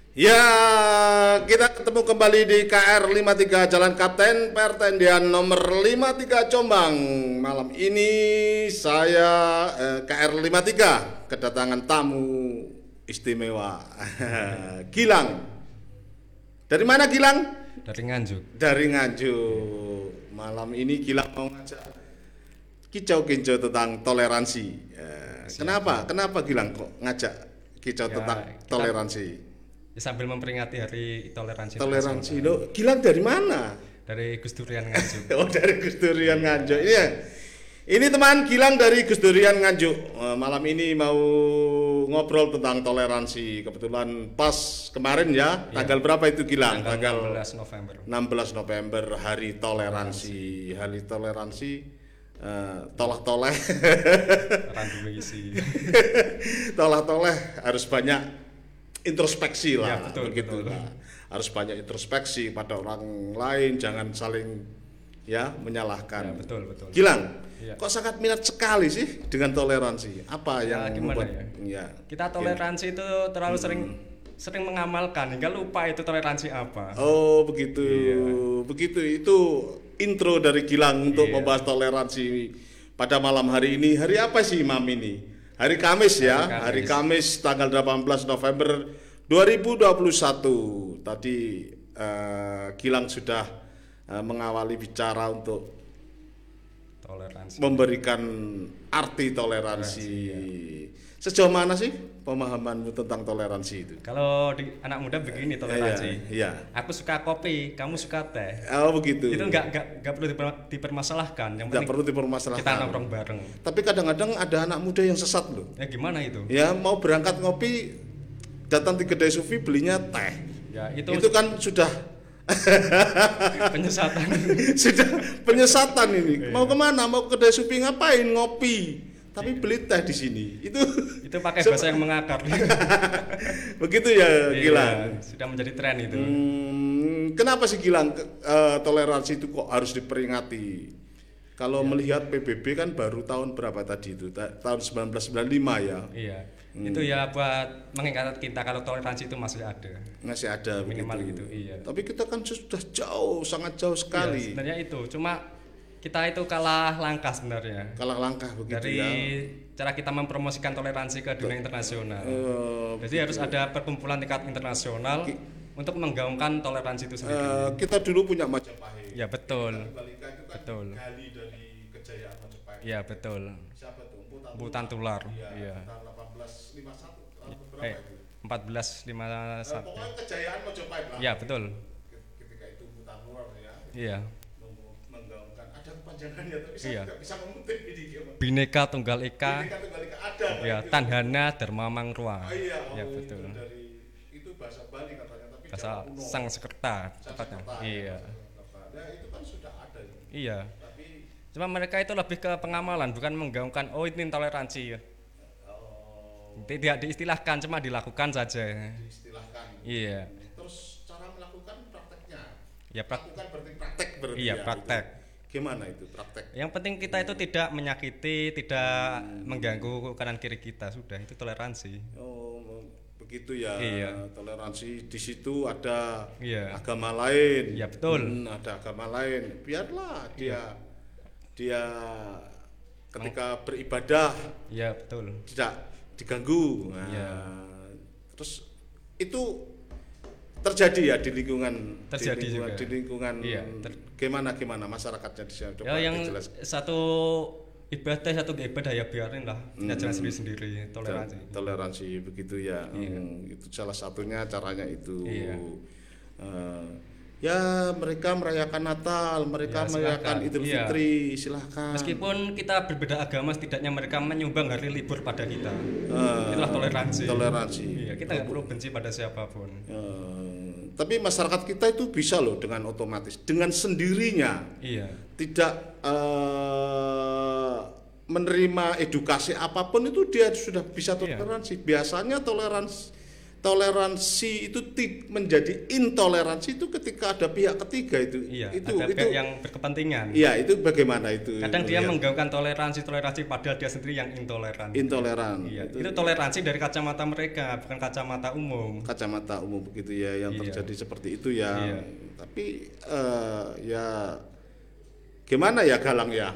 Ya, kita ketemu kembali di KR 53 Jalan Kapten Pertendian nomor 53 Jombang. Malam ini saya KR 53 kedatangan tamu istimewa. Gilang. Dari mana Gilang? Dari Nganjuk. Dari Nganjuk. Malam ini Gilang mau ngajak kicau-kicau tentang toleransi. Kenapa? Kenapa Gilang kok ngajak kicau tentang toleransi? Ya, sambil memperingati Hari Toleransi. Toleransi lo, Gilang dari mana? Dari Gus Durian Nganjuk. Oh, dari Gus Durian Nganjuk. Ini teman Gilang dari Gus Durian Nganjuk. Malam ini mau ngobrol tentang toleransi. Kebetulan pas kemarin ya, tanggal berapa itu Gilang? Tanggal 16 November. 16 November Hari Toleransi. Hari Toleransi. Tolah-toleh. Randu isi. Tolah-toleh harus banyak introspeksi lah, ya, betul, begitu betul. lah. Harus banyak introspeksi pada orang lain, jangan saling ya menyalahkan. Ya, betul. Gilang, ya. Kok sangat minat sekali sih dengan toleransi? Apa yang gimana membuat, ya? Kita toleransi itu terlalu sering mengamalkan hingga lupa itu toleransi apa. Oh, begitu. Iya. Begitu itu intro dari Gilang untuk membahas toleransi pada malam hari ini. Hari apa sih Mam ini? Hari Kamis ya, hari Kamis tanggal 18 November 2021. Tadi Gilang sudah mengawali bicara untuk Toleransi. memberikan arti toleransi. Sejauh mana sih pemahamanmu tentang toleransi itu? Kalau di anak muda begini toleransi. Iya. Aku suka kopi, kamu suka teh. Oh, begitu. Itu nggak perlu dipermasalahkan. Yang Nggak penting perlu dipermasalahkan. kita nongkrong bareng. Tapi kadang-kadang ada anak muda yang sesat loh. Ya gimana itu? Ya mau berangkat ngopi, datang di kedai sufi belinya teh. Ya Itu kan sudah penyesatan. sudah penyesatan ini. Mau kemana? Mau ke kedai sufi ngapain? Ngopi. Tapi beli teh di sini. Itu pakai bahasa yang mengakar. Begitu ya Gilang. Sudah menjadi tren itu. Kenapa sih Gilang toleransi itu kok harus diperingati? Kalau melihat PBB kan baru tahun berapa tadi itu? Tahun 1995 ya. Iya. Itu ya buat mengingatkan kita kalau toleransi itu masih ada. Masih ada minimal begitu. gitu, iya. Tapi kita kan sudah jauh, sangat jauh sekali. Iya, sebenarnya itu. Cuma kita itu kalah langkah sebenarnya. Kalah langkah begitu dari ya. Cara kita mempromosikan toleransi ke dunia internasional. Jadi harus ada perkumpulan tingkat internasional untuk menggaungkan toleransi itu sendiri. Kita dulu punya Majapahit. Ya betul. Balika itu kan Betul. gali dari kejayaan Majapahit. Ya betul. Siapa tuh? Butan Tular. Iya. Iya. Tahun 1851 tahun berapa itu? 1451. Pokoknya kejayaan Majapahit lah. Ya betul. Ketika itu Butan Tular ya. Iya. Menggaungkan ada kepanjangannya tapi saya Iya. tidak bisa mengutip ini gimana. Bhinneka Tunggal Ika. Bhinneka Tunggal Ika ada. Ya, itu. Tanhana Dharma Mangruwa. Iya, Ya betul. Itu bahasa Bali katanya tapi Bahasa Jawa kuno. Sangsekerta tepatnya. Sanskerta, Iya. Nah, itu kan sudah ada itu. Iya. Tapi Cuma mereka itu lebih ke pengamalan, bukan menggaungkan oh ini toleransi ya. Tidak diistilahkan, cuma dilakukan saja. diistilahkan. Iya. Terus cara melakukan prakteknya. Ya Lakukan berarti praktek berarti. Iya, ya, praktek. Itu. Gimana itu praktek? Yang penting kita itu tidak menyakiti, tidak mengganggu kanan kiri kita, sudah itu toleransi. Oh, begitu ya. Iya. Toleransi di situ ada Iya. agama lain. Iya, betul. Ada agama lain. Biarlah dia ketika beribadah Iya, betul. tidak diganggu. Nah, Iya. terus itu terjadi ya di lingkungan Terjadi juga. di lingkungan Iya, gimana masyarakatnya di sana coba Ya yang dijelaskan. satu ibadah satu gak ibadah ya biarin lah, kita jalan sendiri-sendiri, toleransi. Toleransi begitu ya. Itu salah satunya caranya itu. Iya. Ya mereka merayakan Natal, mereka Ya, merayakan silakan. Idul Iya. Fitri, silahkan. Meskipun kita berbeda agama, setidaknya mereka menyumbang hari libur pada kita. Itulah toleransi. Toleransi. Iya, kita nggak perlu benci pada siapapun. Tapi masyarakat kita itu bisa loh dengan otomatis, dengan sendirinya, Iya. tidak menerima edukasi apapun itu dia sudah bisa toleransi. Biasanya toleransi itu menjadi intoleransi itu ketika ada pihak ketiga itu. Iya, itu ada pihak yang berkepentingan. Iya, itu bagaimana itu? Kadang dia menggaungkan toleransi padahal dia sendiri yang intoleran. Intoleran. Iya, itu toleransi dari kacamata mereka, bukan kacamata umum. Kacamata umum begitu ya yang terjadi seperti itu ya. Iya. Tapi ya gimana ya Galang ya?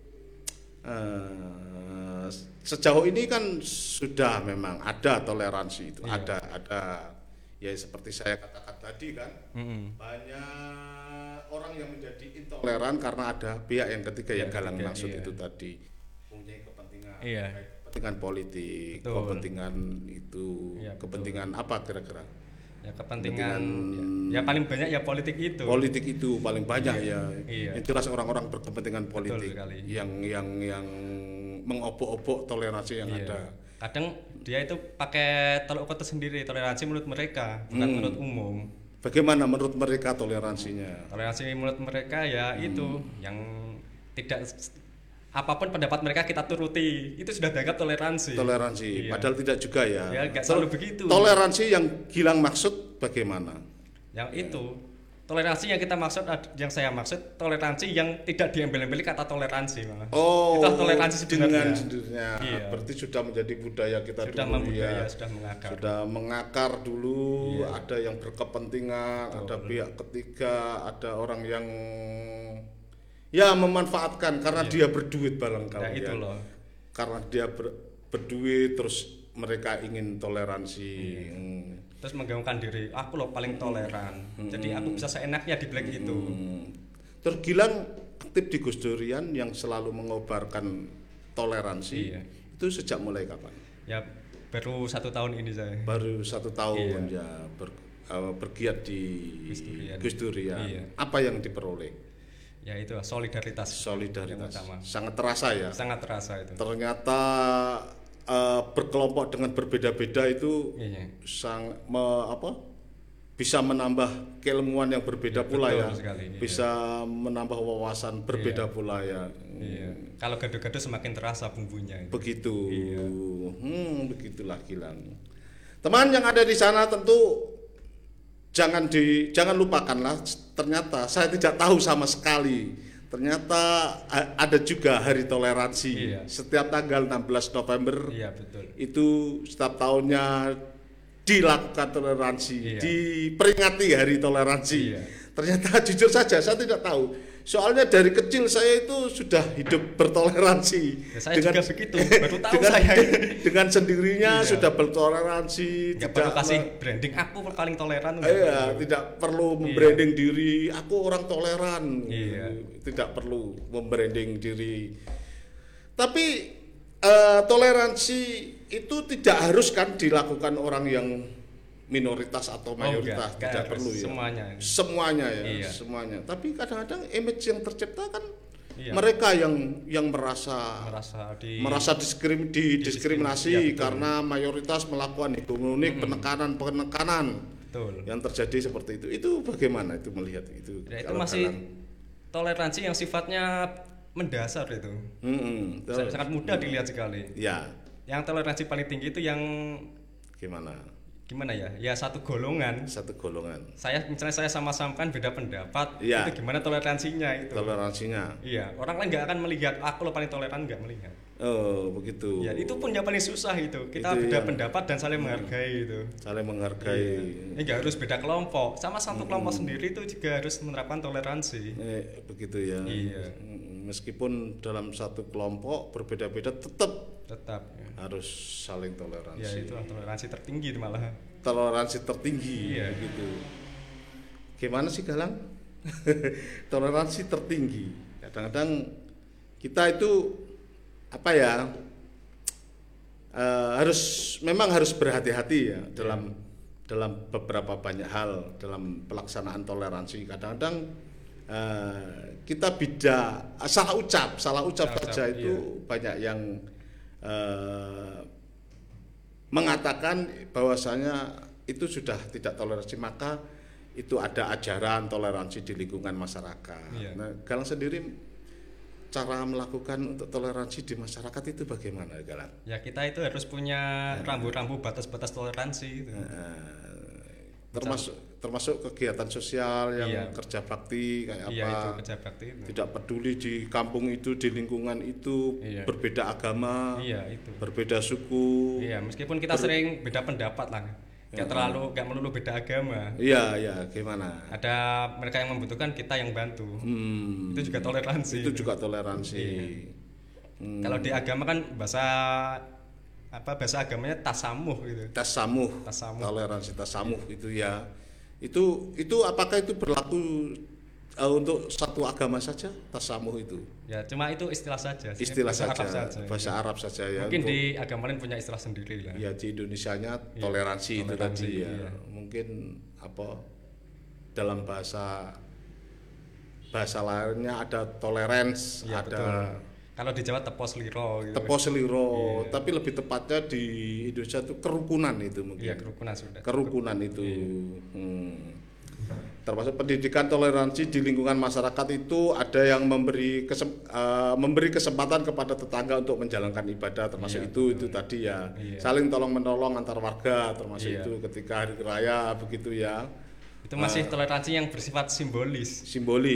Sejauh ini kan sudah memang ada toleransi itu, iya. ada ya seperti saya katakan tadi kan, banyak orang yang menjadi intoleran karena ada pihak yang ketiga yang Galang maksud itu tadi punya kepentingan, kepentingan politik, betul. kepentingan itu, kepentingan apa kira-kira? Ya kepentingan ya paling banyak ya politik itu. Politik itu paling banyak ya. Iya. Yang jelas orang-orang berkepentingan politik yang mengobok-obok toleransi yang ada. Kadang dia itu pakai tolok ukur tersendiri, toleransi menurut mereka, bukan menurut umum. Bagaimana menurut mereka toleransinya? Toleransi menurut mereka ya itu yang tidak apapun pendapat mereka kita turuti, itu sudah dianggap toleransi. Toleransi, padahal tidak juga ya. Ya nggak selalu begitu. Toleransi yang Gilang maksud bagaimana? Yang itu toleransi yang kita maksud, yang saya maksud toleransi yang tidak diambil-ambil kata toleransi malah. Oh, itu toleransi dengan sebenarnya. sendirinya. Berarti sudah menjadi budaya kita sudah dulu ya. Sudah mengakar. Sudah mengakar dulu. Ada yang berkepentingan, ada pihak ketiga, ada orang yang ya memanfaatkan karena dia berduit barangkali. Nah, itu loh. Karena dia berduit terus mereka ingin toleransi. Terus menggaungkan diri, aku loh paling toleran. Jadi aku bisa seenaknya di black itu. Terus Gilang aktif di Gus Durian yang selalu mengobarkan toleransi. Itu sejak mulai kapan? Ya baru 1 tahun ini saya. Baru 1 tahun ya bergiat di Gus Durian. Apa yang diperoleh? Ya itu solidaritas. Solidaritas. Sangat terasa ya. Sangat terasa itu. Ternyata berkelompok dengan berbeda-beda itu bisa menambah keilmuan yang berbeda pula ya. Sekali, bisa menambah wawasan berbeda pula ya. Kalau gaduh-gaduh semakin terasa bumbunya. Begitu. Begitulah Gilang. Teman yang ada di sana tentu jangan lupakanlah, ternyata saya tidak tahu sama sekali. Ternyata ada juga hari toleransi. Setiap tanggal 16 November. Betul. Itu setiap tahunnya dilakukan toleransi, diperingati hari toleransi. Ternyata jujur saja saya tidak tahu. Soalnya dari kecil saya itu sudah hidup bertoleransi. Saya juga begitu, baru tahu saya. Dengan sendirinya sudah bertoleransi. Tidak perlu kasih branding aku paling toleran. Tidak perlu membranding diri, aku orang toleran. Tidak perlu membranding diri. Tapi toleransi itu tidak harus kan dilakukan orang yang minoritas atau mayoritas, tidak perlu ya. Semuanya ya, semuanya. Tapi kadang-kadang image yang tercipta kan mereka yang merasa didiskriminasi karena mayoritas melakukan hegemonik, penekanan. Betul. Yang terjadi seperti itu. Itu bagaimana itu melihat itu? Ya, itu masih toleransi yang sifatnya mendasar itu. Sangat mudah dilihat sekali. Yang toleransi paling tinggi itu yang gimana ya? Ya satu golongan. Misalnya saya sama-samakan beda pendapat, itu gimana toleransinya itu? Orang lain nggak akan melihat aku lo paling toleran, nggak melihat. Oh, begitu. Ya, itu pun yang paling susah itu. Kita beda pendapat dan saling menghargai itu. Saling menghargai. Ini nggak harus beda kelompok, sama satu kelompok sendiri itu juga harus menerapkan toleransi. Begitu ya. Meskipun dalam satu kelompok berbeda-beda tetap harus saling toleransi. Ya itu toleransi tertinggi malah. Toleransi tertinggi gitu. Gimana sih Galang? Toleransi tertinggi. Kadang-kadang kita itu memang harus berhati-hati ya dalam beberapa banyak hal dalam pelaksanaan toleransi. Kadang-kadang kita salah ucap saja itu banyak yang mengatakan bahwasanya itu sudah tidak toleransi, maka itu ada ajaran toleransi di lingkungan masyarakat. Nah, Galang sendiri cara melakukan untuk toleransi di masyarakat itu bagaimana, Galang? Ya kita itu harus punya rambu-rambu batas-batas toleransi itu. Termasuk kegiatan sosial yang kerja bakti kayak apa? Itu kerja bakti itu. Tidak peduli di kampung itu, di lingkungan itu berbeda agama, berbeda suku. Iya, meskipun kita sering beda pendapat lah. Gak melulu beda agama. Iya, gimana? Ada mereka yang membutuhkan, kita yang bantu. Itu juga toleransi. Itu juga toleransi. Kalau di agama kan bahasa agamanya tasamuh gitu. Tasamuh. Toleransi tasamuh itu ya. Itu apakah itu berlaku untuk satu agama saja, tasamuh itu? Ya, cuma itu istilah saja. Bahasa Arab saja ya. Mungkin di agama lain punya istilah sendiri lah. Ya, di Indonesianya toleransi itu tadi ya. Mungkin dalam bahasa lainnya ada tolerance, ada betul. Kalau di Jawa teposliro gitu. Tapi lebih tepatnya di Indonesia itu kerukunan itu mungkin. Iya, kerukunan sudah. Kerukunan itu. Termasuk pendidikan toleransi di lingkungan masyarakat itu ada yang memberi kesempatan kepada tetangga untuk menjalankan ibadah, termasuk itu tadi ya. Saling tolong-menolong antar warga, termasuk itu ketika hari raya begitu ya. Itu masih toleransi yang bersifat simbolis.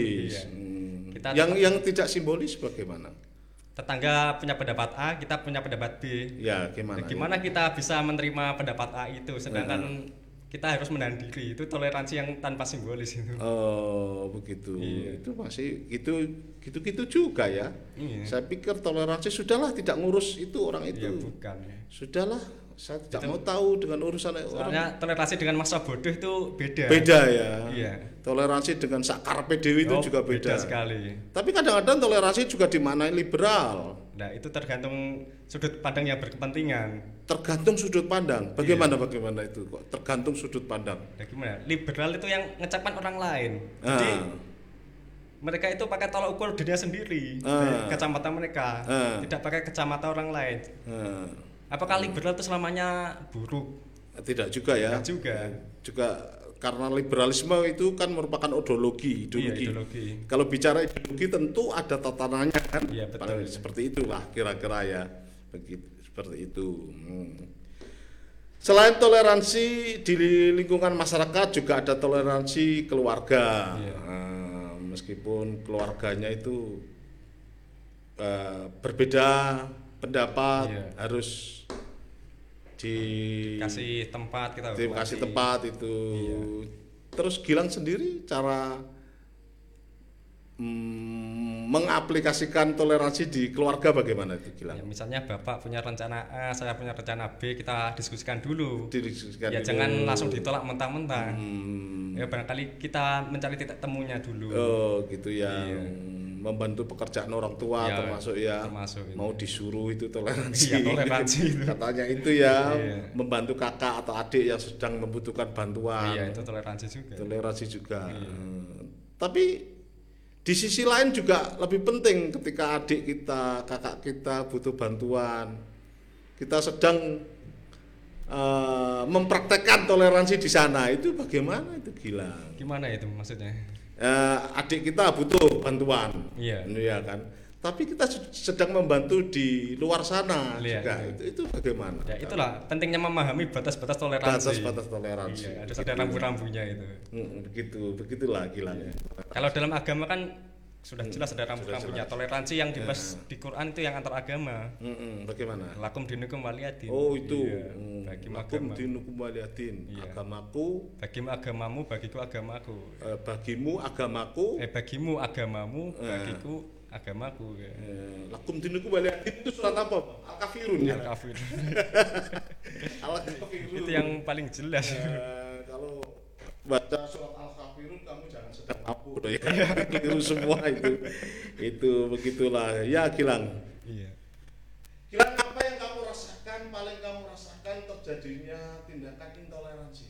Yang tidak simbolis bagaimana? Tetangga punya pendapat A, kita punya pendapat B. Ya, gimana? Gimana kita bisa menerima pendapat A itu, sedangkan kita harus menahan diri. Itu toleransi yang tanpa simbolis itu. Oh, begitu. Itu masih gitu juga ya. Saya pikir toleransi sudahlah, tidak ngurus itu orang itu. Iya, bukan. Sudahlah, saya tidak mau tahu dengan urusan orang. Soalnya toleransi dengan masa bodoh itu beda. Beda ya. Iya. Toleransi dengan sakar PDW itu juga beda. Sekali. Tapi kadang-kadang toleransi juga dimaknai liberal. Nah, itu tergantung sudut pandang yang berkepentingan. Tergantung sudut pandang. Bagaimana itu kok? Tergantung sudut pandang. Nah, gimana? Liberal itu yang ngecapkan orang lain. Jadi mereka itu pakai tolak ukur dirinya sendiri dari kacamata mereka, tidak pakai kacamata orang lain. Apakah liberal itu selamanya buruk? Tidak juga ya. Juga karena liberalisme itu kan merupakan ideologi. Kalau bicara ideologi tentu ada tatanannya kan. Iya, betul. Seperti itulah kira-kira ya. Seperti itu. Selain toleransi di lingkungan masyarakat juga ada toleransi keluarga. Meskipun keluarganya itu berbeda pendapat, harus dikasih tempat itu. Terus Gilang sendiri cara mengaplikasikan toleransi di keluarga bagaimana itu, Gilang? Ya, misalnya bapak punya rencana A, saya punya rencana B, kita diskusikan dulu. Jangan langsung ditolak mentah-mentah. Ya barangkali kita mencari titik temunya dulu. Oh, gitu ya. Membantu pekerjaan orang tua termasuk mau disuruh itu toleransi. Katanya itu ya, membantu kakak atau adik yang sedang membutuhkan bantuan. Iya, itu toleransi juga. Tapi di sisi lain juga lebih penting ketika adik kita, kakak kita butuh bantuan. Kita sedang mempraktekkan toleransi di sana, itu bagaimana itu, Gilang? Gimana itu maksudnya? Adik kita butuh bantuan, iya kan. Tapi kita sedang membantu di luar sana juga. Itu bagaimana? Ya itulah pentingnya memahami batas-batas toleransi. Batas toleransi. Iya, harus ada rambu-rambunya itu. Begitulah Gilang. Kalau dalam agama kan sudah jelas ada rambu-rambunya. Toleransi yang dibahas di Quran itu yang antar agama. Bagaimana? Lakum dinukum waliyadin. Oh, itu. Lakum dinukum waliyadin. Agamaku, bagimu agamamu, bagiku agamaku. Bagimu agamaku. Bagimu agamamu, bagiku agamaku. Lakum dinukum waliyadin itu surat apa? Al-Kafirun ya. Al-Kafirun. Al-Kafirun. Itu yang paling jelas. Kalau baca surat Al-Kafirun kamu jangan sedang mabuk ya. Keliru semua itu. Itu begitulah. Ya, Gilang. Iya. Gilang, apa yang kamu paling kamu rasakan terjadinya tindakan intoleransi?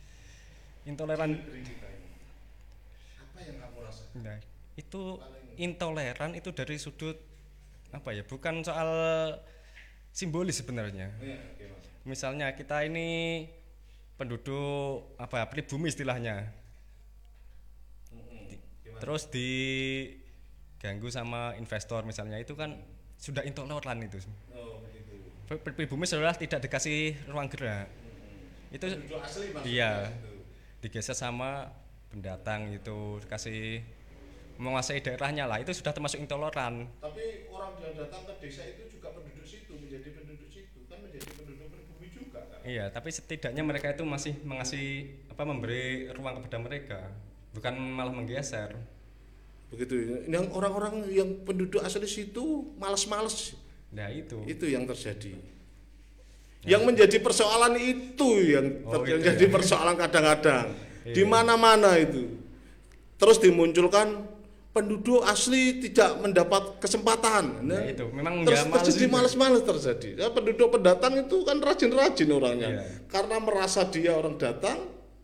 Apa yang kamu rasakan? Nah, itu intoleran itu dari sudut apa ya? Bukan soal simbolis sebenarnya. Misalnya kita ini penduduk pribumi istilahnya. Terus ganggu sama investor misalnya, itu kan sudah intoleran itu. Pribumi seolah tidak dikasih ruang gerak. Itu asli iya. Digeser sama pendatang itu, kasih menguasai daerahnya lah, itu sudah termasuk intoleran. Tapi orang yang datang ke desa itu juga penduduk situ, menjadi penduduk situ, kan menjadi penduduk pribumi juga kan. Iya, tapi setidaknya mereka itu masih memberi ruang kepada mereka, bukan malah menggeser. Begitu. Yang orang-orang yang penduduk asli situ malas-malas. Nah, itu yang terjadi. Yang menjadi persoalan itu yang jadi persoalan kadang-kadang. Di mana-mana itu. Terus dimunculkan penduduk asli tidak mendapat kesempatan. Nah, itu memang terjadi malas-malas terjadi. Ya, penduduk pendatang itu kan rajin-rajin orangnya. Karena merasa dia orang datang,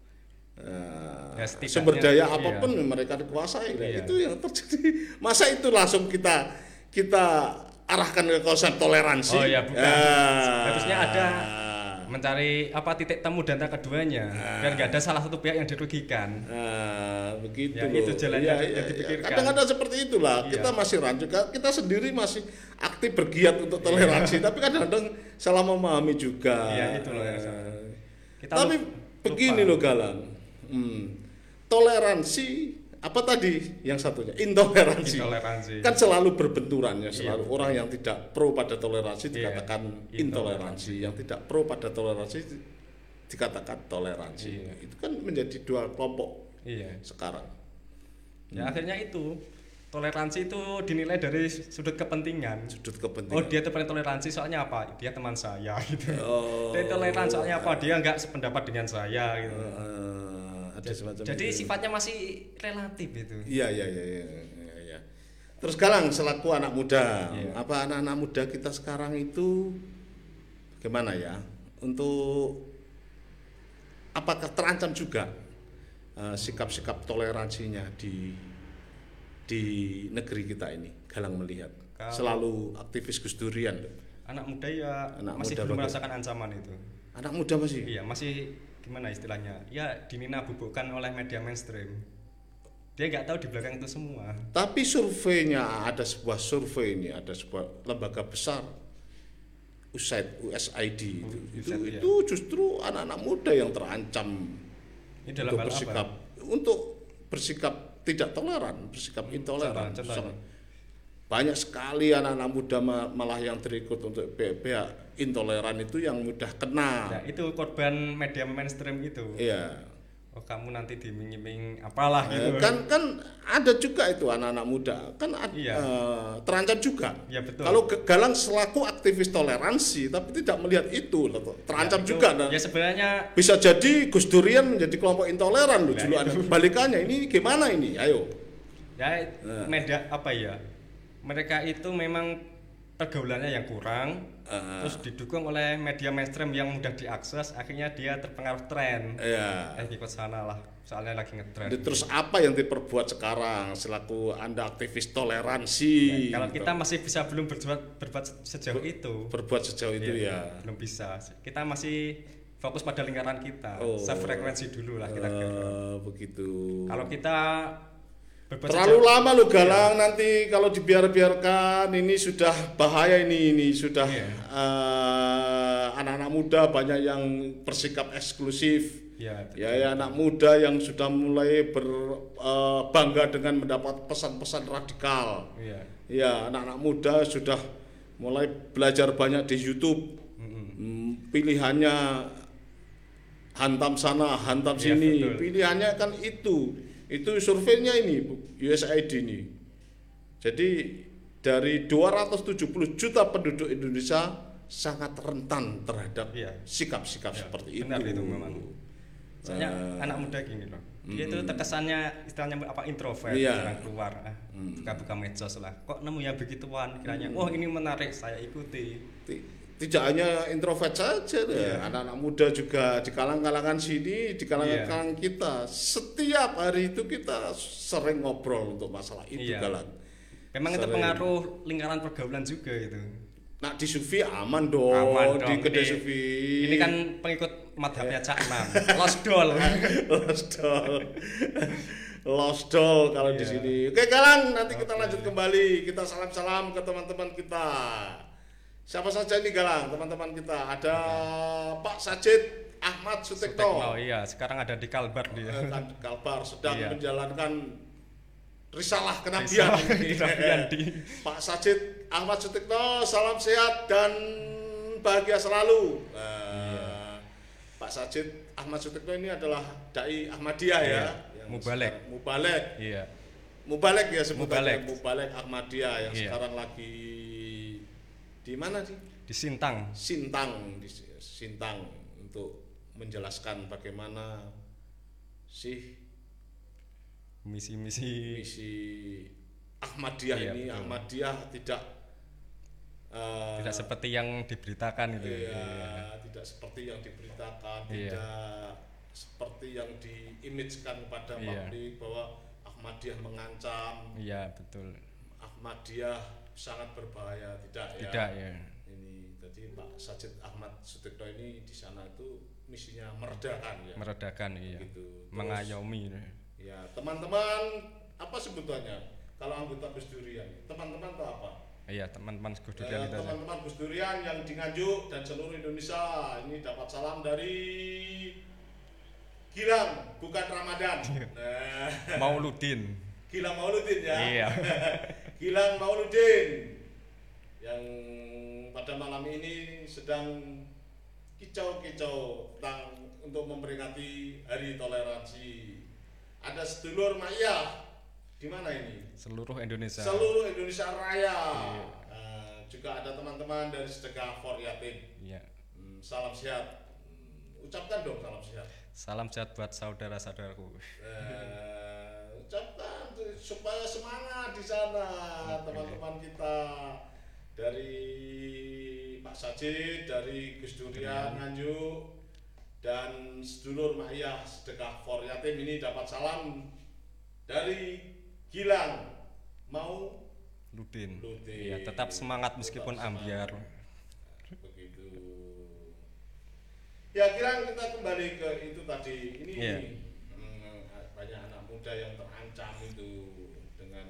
sumber daya apapun mereka dikuasai. Itu yang terjadi. Masa itu langsung kita arahkan ke konsep toleransi? Oh ya, bukan. Harusnya ada mencari titik temu dan antara keduanya, biar nggak ada salah satu pihak yang dirugikan. Begitu ya, itu jalannya yang dipikirkan. Kadang-kadang seperti itulah. Kita masih rancu, kita sendiri masih aktif bergiat untuk toleransi, tapi kadang-kadang salah memahami juga. Iya, itu loh. Tapi begini loh Galang, toleransi apa tadi yang satunya intoleransi. Kan selalu berbenturannya, selalu orang yang tidak pro pada toleransi dikatakan intoleransi, yang tidak pro pada toleransi dikatakan toleransi. Itu kan menjadi dua kelompok sekarang. Ya akhirnya itu toleransi itu dinilai dari sudut kepentingan. Oh, dia itu paling toleransi soalnya apa? Dia teman saya gitu. Dia toleran soalnya apa? Dia nggak sependapat dengan saya gitu. Jadi itu. Sifatnya masih relatif itu. Iya. Terus Galang selaku anak muda, apa anak-anak muda kita sekarang itu gimana ya? Untuk apakah terancam juga sikap-sikap toleransinya di negeri kita ini? Galang melihat selalu aktivis Gus Durian. Anak muda masih belum merasakan ancaman itu. Anak muda masih? Iya, masih gimana istilahnya, ya dinina-bubukkan oleh media mainstream. Dia nggak tahu di belakang itu semua. Tapi surveinya, ada sebuah lembaga besar USAID itu justru anak-anak muda yang terancam untuk bersikap tidak toleran, bersikap intoleran. Banyak sekali anak-anak muda malah yang terikut untuk pihak intoleran itu yang mudah kena. Ya, itu korban media mainstream itu. Iya. Oh, kamu nanti diming-iming apalah gitu. Kan ada juga itu anak-anak muda kan terancam juga. Ya, betul. Kalau Galang selaku aktivis toleransi tapi tidak melihat itu terancam juga. Ya sebenarnya bisa jadi Gus Durian menjadi kelompok intoleran loh julukan. Balikannya ini gimana ini? Ayo. Ya media apa ya? Mereka itu memang pergaulannya yang kurang, terus didukung oleh media mainstream yang mudah diakses, akhirnya dia terpengaruh tren. Ikut sana lah, soalnya lagi ngetren. Terus apa yang diperbuat sekarang selaku Anda aktivis toleransi? Kalau kita masih bisa belum berbuat sejauh itu. Berbuat sejauh itu ya. Belum bisa. Kita masih fokus pada lingkaran kita, sefrekuensi dulu lah kita. Begitu. Kalau kita terlalu lama lo Galang, nanti kalau dibiarkan ini sudah bahaya ini sudah anak-anak muda banyak yang bersikap eksklusif. Ya anak muda yang sudah mulai berbangga dengan mendapat pesan-pesan radikal. Ya anak-anak muda sudah mulai belajar banyak di YouTube. Pilihannya hantam sana, hantam sini. Betul. Pilihannya kan itu surveinya ini USAID ini. Jadi dari 270 juta penduduk Indonesia sangat rentan terhadap sikap-sikap seperti benar itu memang. Soalnya anak muda gini loh. Dia itu terkesannya istilahnya introvert, jarang keluar. Buka-buka medsos lah. Kok nemu yang begituan kiranya. Wah, ini menarik, saya ikuti. Tidak hanya introvert saja, anak-anak muda juga di kalangan sini, di kalangan kita. Setiap hari itu kita sering ngobrol untuk masalah itu, Galang. Memang itu pengaruh lingkaran pergaulan juga itu. Nah di Sufi aman dong. Di kedai Sufi. Ini kan pengikut madhabnya Cak Nam, Losdol. Lost doll kalau di sini. Oke, Galang, nanti kita lanjut kembali. Kita salam-salam ke teman-teman kita. Siapa saja ini, Galang, teman-teman kita? Ada Pak Sajid Ahmad Sutekno. Iya, sekarang ada di Kalbar dia. Kalbar sedang menjalankan risalah kenabian. Pak Sajid Ahmad Sutekno, salam sehat dan bahagia selalu. Pak Sajid Ahmad Sutekno ini adalah dai Ahmadiyah ya. Mubalek. Iya. Mubalek ya sebutannya. Mubalek Ahmadiyah yang sekarang lagi di mana sih? Di Sintang. Di Sintang untuk menjelaskan bagaimana sih misi Ahmadiyah ini. Betul. Ahmadiyah tidak seperti yang diberitakan itu. Tidak seperti yang diberitakan, tidak seperti yang diimage-kan kepada publik bahwa Ahmadiyah mengancam. Iya, betul. Ahmadiyah sangat berbahaya, tidak ya. Ini tadi Pak Sajid Ahmad Sutekno ini di sana itu misinya meredakan ya. Meredakan iya. Gitu. Mengayomi. Ya, teman-teman apa sebutannya? Kalau anggota Gus Durian, teman-teman itu apa? Iya, teman-teman Gus Durian itu. Teman-teman Gus Durian yang di Nganjuk dan seluruh Indonesia ini dapat salam dari Gilang, bukan Ramadan. Mauludin. Gilang Mauludin ya. Iya. Gilang Mauludin yang pada malam ini sedang kicau-kicau tentang untuk memperingati Hari Toleransi. Ada sedulur Ma'iyah di mana ini? Seluruh Indonesia. Seluruh Indonesia Raya. Iya. Juga ada teman-teman dari Sedekah For Yatim. Iya. Salam sehat. Ucapkan dong salam sehat. Salam sehat buat saudara-saudaraku. Ucapkan supaya semangat di sana teman-teman kita dari Pak Sajid, dari Gus Durian Nganjuk dan sedulur Ma'iyah Sedekah For Yatim ini dapat salam dari Gilang Mauludin. Iya, tetap semangat meskipun ambiar. Begitu. Ya, Gilang, kita kembali ke itu tadi. Ini banyak anak muda yang terancam itu dengan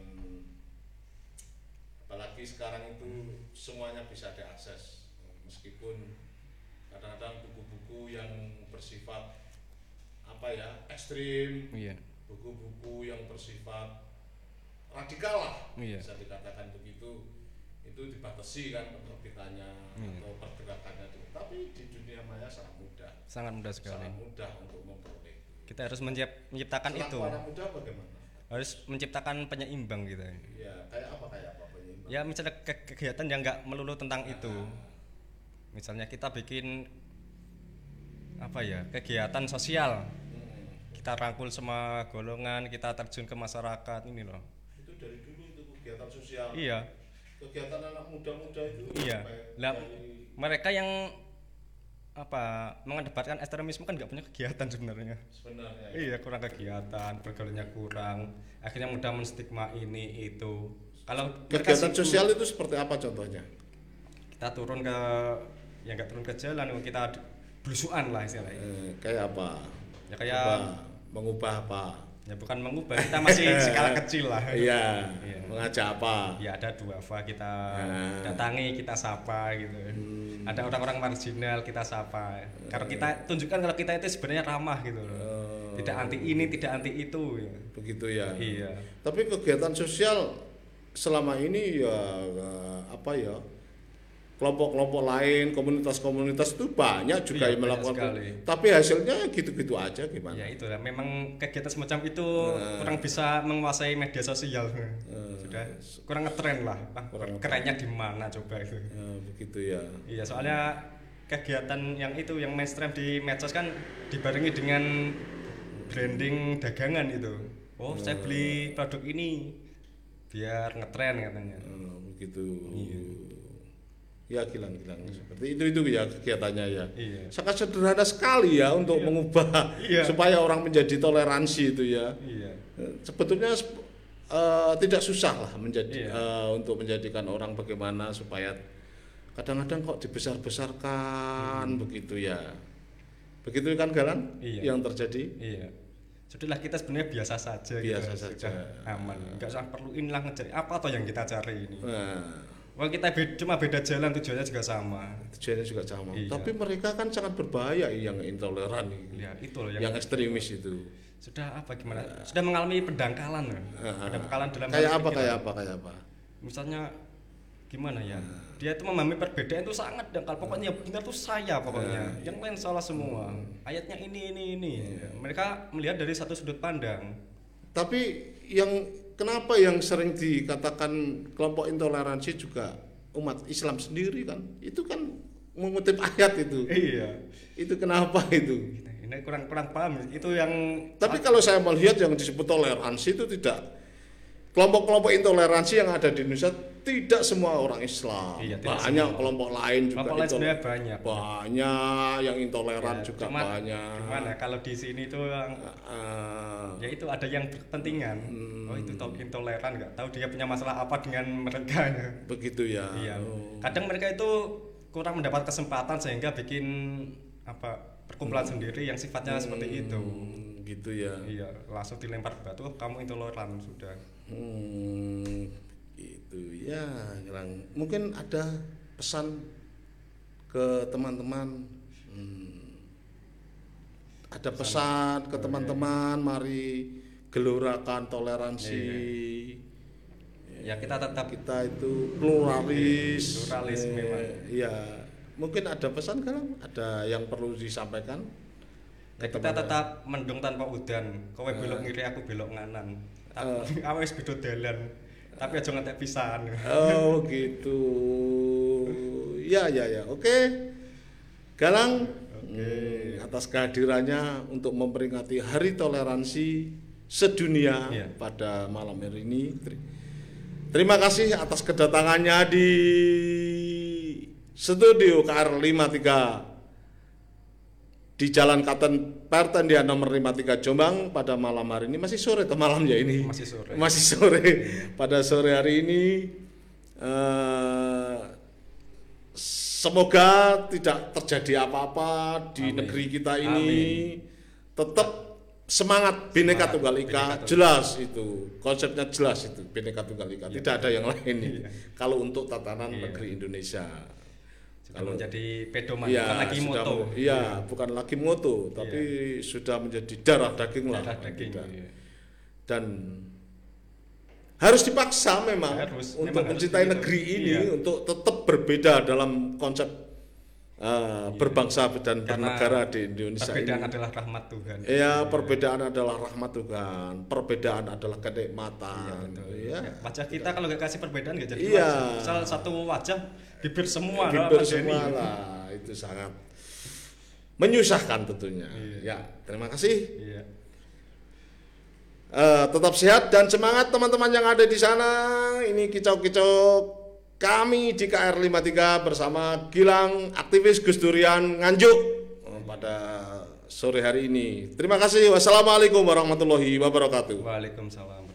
apalagi sekarang itu semuanya bisa diakses meskipun kadang-kadang buku-buku yang bersifat ekstrim, buku-buku yang bersifat radikal lah, bisa dikatakan begitu, itu dibatasi kan penerbitannya atau pergerakannya, tapi di dunia maya sangat mudah sekali, sangat mudah untuk memperoleh itu. Kita harus menciptakan itu. Anak muda bagaimana? Harus menciptakan penyeimbang gitu. Ya, kayak apa penyeimbang? Ya misalnya kegiatan yang nggak melulu tentang itu. Misalnya kita bikin kegiatan sosial. Kita rangkul semua golongan, kita terjun ke masyarakat ini loh. Itu dari dulu itu kegiatan sosial. Iya. Kegiatan anak muda-muda itu. Iya. Lah mereka yang mengedepankan ekstremisme kan nggak punya kegiatan sebenarnya. Iya, kurang kegiatan, pergaulannya kurang. Akhirnya mudah menstigma ini itu. Kalau kegiatan sosial itu seperti apa contohnya? Kita turun ke nggak turun ke jalan, kita belusuan lah istilahnya. Kayak apa? Ya kayak mengubah apa? Ya bukan mengubah, kita masih skala kecil lah. Iya. Mengajak apa? Ya ada duafa kita datangi, kita sapa gitu. Ada orang-orang marginal kita sapa. Kalau kita tunjukkan kalau kita itu sebenarnya ramah gitu loh. Tidak anti ini, tidak anti itu. Ya. Begitu ya. Iya. Tapi kegiatan sosial selama ini kelompok-kelompok lain, komunitas-komunitas itu banyak juga yang melakukan sekali. Tapi hasilnya gitu-gitu aja gimana? Ya itulah, memang kegiatan semacam itu kurang bisa menguasai media sosial. Sudah kurang ngetren lah. Kerennya di mana coba itu? Begitu ya. Iya, soalnya kegiatan yang mainstream di medsos kan dibarengi dengan branding dagangan itu. Saya beli produk ini biar ngetren katanya. Begitu. Iya. Ya Gilang seperti itu ya kegiatannya ya. Iya. Sangat sederhana sekali ya untuk mengubah supaya orang menjadi toleransi itu ya. Iya. Sebetulnya tidak susah lah untuk menjadikan orang bagaimana supaya kadang-kadang kok dibesar-besarkan begitu ya. Begitu kan Galang yang terjadi? Iya. Sudahlah kita sebenarnya biasa saja. Biasa gitu. saja. Sudah aman. Enggak usah perlu inilah ngejar apa atau yang kita cari ini. Nah. Wah kita cuma beda jalan, tujuannya juga sama. Tujuannya juga sama. Iya. Tapi mereka kan sangat berbahaya yang intoleran ya, itu loh yang ekstremis itu. Sudah apa gimana? Sudah mengalami pendangkalan. Pendangkalan dalam kayak apa? Misalnya gimana ya? Dia itu memahami perbedaan itu sangat dangkal. Pokoknya benar tuh saya pokoknya. Yang lain salah semua. Ayatnya ini. Mereka melihat dari satu sudut pandang. Tapi kenapa yang sering dikatakan kelompok intoleransi juga umat Islam sendiri kan? Itu kan mengutip ayat itu. Iya. Itu kenapa itu? Ini kurang paham. Itu yang. Tapi kalau saya melihat yang disebut toleransi itu tidak. Kelompok-kelompok intoleransi yang ada di Indonesia tidak semua orang Islam. Iya, banyak semua. Kelompok lain juga. Kelompok lain sebenarnya banyak. Banyak yang intoleran ya, juga banyak. Gimana kalau di sini tuh yang ya itu ada yang berkepentingan. Oh itu intoleran, nggak tahu dia punya masalah apa dengan mereka. Begitu ya. Iya. Kadang mereka itu kurang mendapat kesempatan sehingga bikin perkumpulan sendiri yang sifatnya seperti itu. Gitu ya. Iya, langsung dilempar batu, kamu intoleran sudah. Itu ya, mungkin ada pesan ke teman-teman. Ada pesan ke teman-teman, mari gelorakan toleransi. Ya kita itu pluralis memang. Iya, mungkin ada pesan kan? Ada yang perlu disampaikan? Ya, kita tetap mendung tanpa udan. Kowe belok ngiri, aku belok nganan. Aku wis beda dalan. Tapi aja ngantek pisan. Oh, gitu. Ya. Oke. Galang. Atas kehadirannya untuk memperingati Hari Toleransi Sedunia pada malam hari ini. Terima kasih atas kedatangannya di studio KR53 di Jalan Katen Pertendian nomor 53 Jombang pada malam hari ini. Masih sore atau malam ya ini? Masih sore. Pada sore hari ini semoga tidak terjadi apa-apa di negeri kita ini. Tetap semangat Bhinneka Tunggal Ika. Jelas itu. Konsepnya jelas itu Bhinneka Tunggal Ika. Tidak ada yang lain kalau untuk tatanan negeri Indonesia. Kalau menjadi pedoman, bukan lagi moto. Bukan lagi moto, tapi sudah menjadi darah daging lah. Dan harus dipaksa memang untuk mencintai negeri ini, untuk tetap berbeda dalam konsep berbangsa dan bernegara di Indonesia. Perbedaan adalah rahmat Tuhan. Perbedaan adalah rahmat Tuhan. Perbedaan adalah kenikmatan. Wajah kita kalau nggak kasih perbedaan nggak jadi wajah. Misal satu wajah bibir semua lah, itu sangat menyusahkan tentunya. Ya, terima kasih. Tetap sehat dan semangat teman-teman yang ada di sana. Ini kicau-kicau kami di KR53 bersama Gilang, aktivis Gus Durian Nganjuk pada sore hari ini. Terima kasih. Wassalamualaikum warahmatullahi wabarakatuh. Waalaikumsalam.